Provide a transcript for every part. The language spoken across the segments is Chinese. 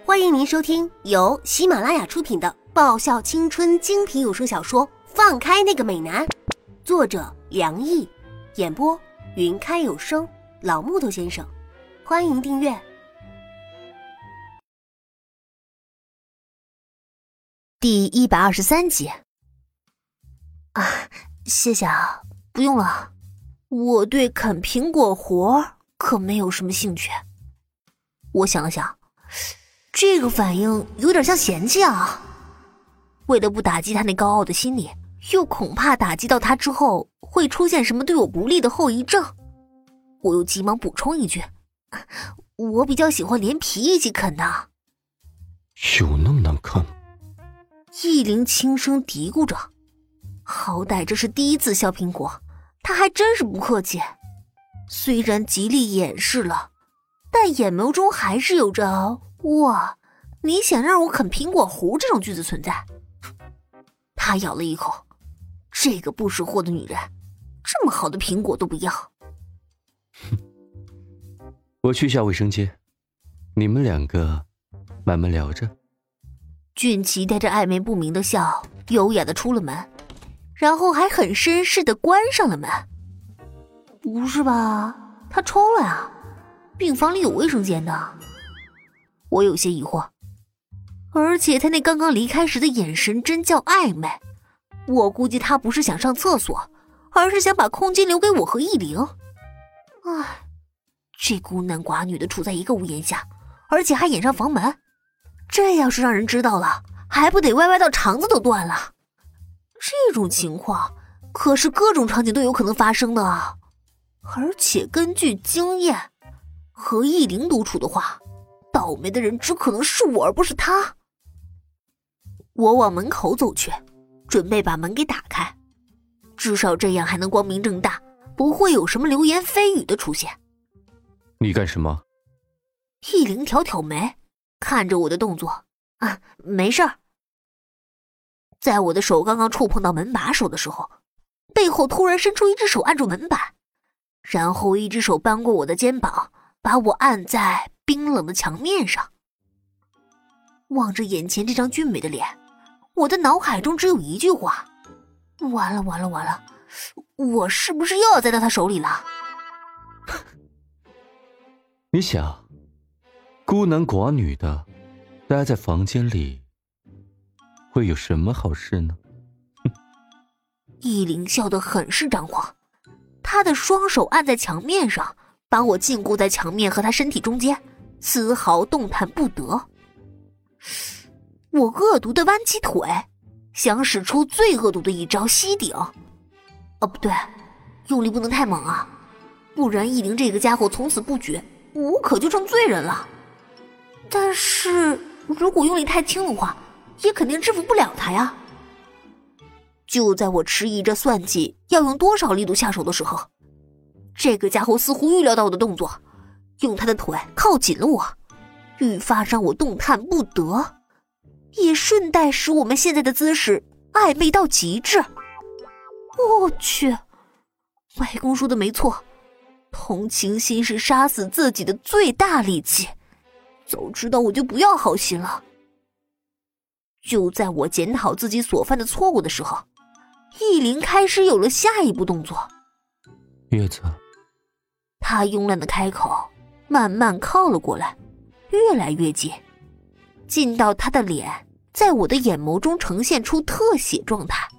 欢迎您收听由喜马拉雅出品的爆笑青春精品有声小说《放开那个美男》，作者梁毅，演播云开有声，老木头先生。欢迎订阅。第123集。谢谢啊，不用了。我对啃苹果活可没有什么兴趣。我想了想，这个反应有点像嫌弃啊。为了不打击他那高傲的心理，又恐怕打击到他之后会出现什么对我不利的后遗症，我又急忙补充一句，我比较喜欢连皮一起啃的。 有那么难看吗？ 易灵轻声嘀咕着，好歹这是第一次削苹果，他还真是不客气。虽然极力掩饰了，但眼眸中还是有着哇，你想让我啃苹果核这种句子存在。他咬了一口，这个不识货的女人，这么好的苹果都不要。 我去下卫生间，你们两个慢慢聊着。 俊奇带着暧昧不明的笑，优雅的出了门，然后还很绅士的关上了门。不是吧，他抽了呀？病房里有卫生间的。我有些疑惑，而且他那刚刚离开时的眼神真叫暧昧，我估计他不是想上厕所，而是想把空间留给我和易灵。唉，这孤男寡女的处在一个屋檐下，而且还掩上房门，这要是让人知道了，还不得歪歪到肠子都断了。这种情况可是各种场景都有可能发生的啊！而且根据经验，和易灵独处的话，倒霉的人只可能是我而不是他。我往门口走去，准备把门给打开，至少这样还能光明正大，不会有什么流言蜚语的出现。 你干什么？ 易灵挑挑眉，看着我的动作，没事儿。在我的手刚刚触碰到门把手的时候，背后突然伸出一只手按住门板，然后一只手扳过我的肩膀，把我按在冰冷的墙面上。望着眼前这张俊美的脸，我的脑海中只有一句话：完了完了完了，我是不是又要栽到他手里了？ 你想，孤男寡女的待在房间里会有什么好事呢？ 易灵笑得很是张狂，他的双手按在墙面上，把我禁锢在墙面和他身体中间，丝毫动弹不得。我恶毒地弯起腿，想使出最恶毒的一招吸顶。不对，用力不能太猛啊，不然易灵这个家伙从此不举，我可就成罪人了。但是如果用力太轻的话，也肯定制服不了他呀。就在我迟疑着算计要用多少力度下手的时候，这个家伙似乎预料到我的动作，用他的腿靠紧了我，愈发让我动弹不得，也顺带使我们现在的姿势暧昧到极致。我去，外公说的没错，同情心是杀死自己的最大利器，早知道我就不要好心了。就在我检讨自己所犯的错误的时候，易灵开始有了下一步动作。 叶子， 他慵懒的开口，慢慢靠了过来，越来越近，近到他的脸在我的眼眸中呈现出特写状态。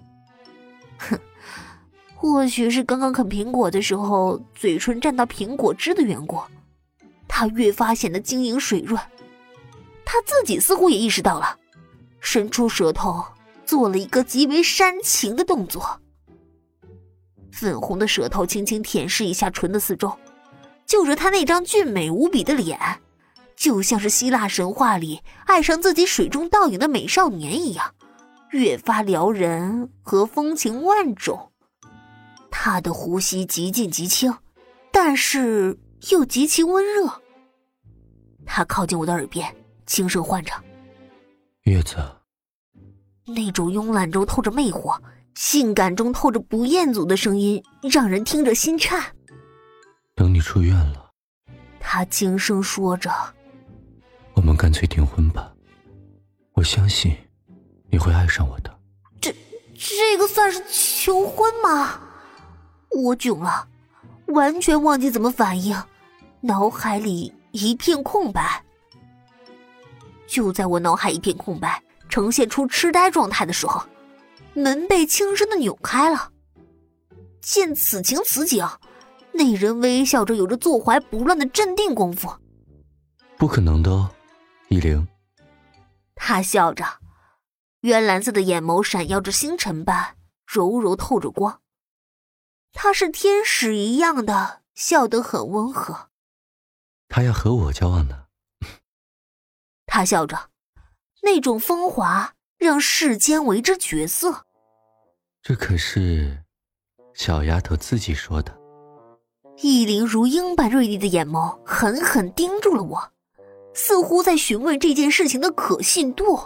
或许是刚刚啃苹果的时候嘴唇沾到苹果汁的缘故，他越发显得晶莹水润。他自己似乎也意识到了，伸出舌头做了一个极为煽情的动作。粉红的舌头轻轻舔舐一下唇的四周，就着他那张俊美无比的脸，就像是希腊神话里爱上自己水中倒影的美少年一样，越发撩人和风情万种。他的呼吸极近极轻，但是又极其温热。他靠近我的耳边，轻声唤着： 叶子。 那种慵懒中透着魅惑，性感中透着不厌足的声音，让人听着心颤。 等你出院了， 他轻声说着， 我们干脆订婚吧，我相信你会爱上我的。 这个算是求婚吗？我囧了，完全忘记怎么反应，脑海里一片空白。就在我脑海一片空白，呈现出痴呆状态的时候，门被轻声的扭开了。见此情此景，那人微笑着，有着坐怀不乱的镇定功夫。 不可能的哦，依灵。 他笑着，渊蓝色的眼眸闪耀着星辰般，柔柔透着光。他是天使一样的，笑得很温和。 他要和我交往呢。 他笑着，那种风华让世间为之绝色。 这可是小丫头自己说的。 意灵如鹰般锐利的眼眸狠狠盯住了我，似乎在询问这件事情的可信度。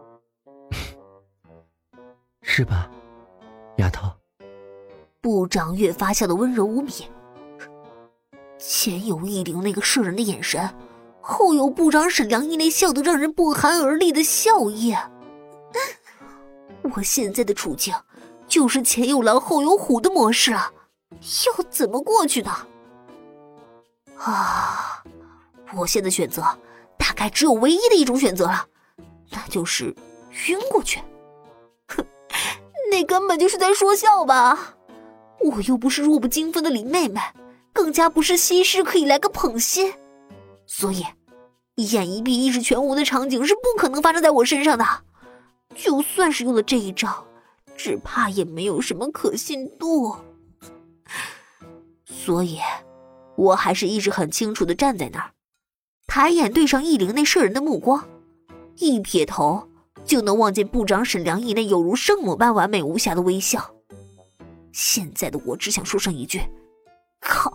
是吧，丫头？ 部长越发笑得温柔无比，前有意灵那个摄人的眼神，后有部长沈良一那笑得让人不寒而栗的笑靥。我现在的处境就是前有狼后有虎的模式了，要怎么过去呢？我现在选择大概只有唯一的一种选择了，那就是晕过去。那根本就是在说笑吧，我又不是弱不禁风的林妹妹，更加不是西施可以来个捧心，所以一眼一闭意识全无的场景是不可能发生在我身上的。就算是用了这一招，只怕也没有什么可信度。所以我还是意识很清楚地站在那儿，抬眼对上意灵那摄人的目光，一撇头就能望见部长沈良义那有如圣母般完美无瑕的微笑。现在的我只想说上一句：靠！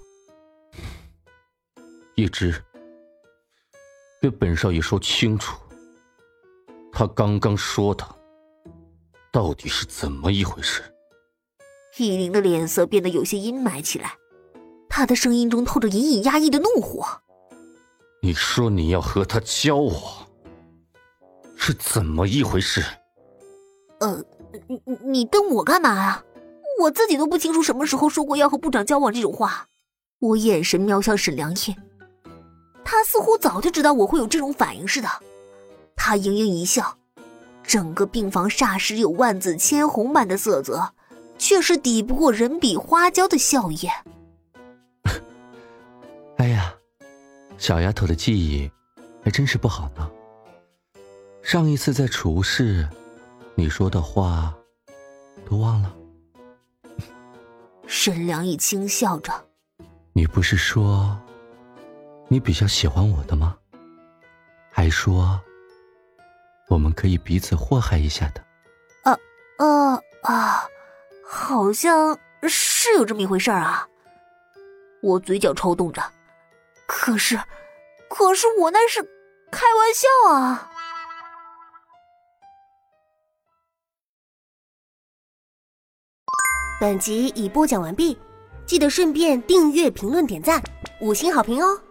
一只，给本少爷说清楚，他刚刚说的到底是怎么一回事？ 意灵的脸色变得有些阴霾起来，他的声音中透着隐隐压抑的怒火。 你说你要和他交往，是怎么一回事？ 你瞪我干嘛啊？我自己都不清楚什么时候说过要和部长交往这种话。我眼神瞄向沈良义，他似乎早就知道我会有这种反应似的。他盈盈一笑，整个病房霎时有万紫千红般的色泽，却是抵不过人比花娇的笑靥。 哎呀，小丫头的记忆还真是不好呢。上一次在储物室，你说的话都忘了？ 沈良义轻笑着， 你不是说你比较喜欢我的吗？还说我们可以彼此祸害一下的。 好像是有这么一回事啊。我嘴角抽动着，可是我那是开玩笑啊。 本集已播讲完毕，记得顺便订阅、评论、点赞，5星好评哦。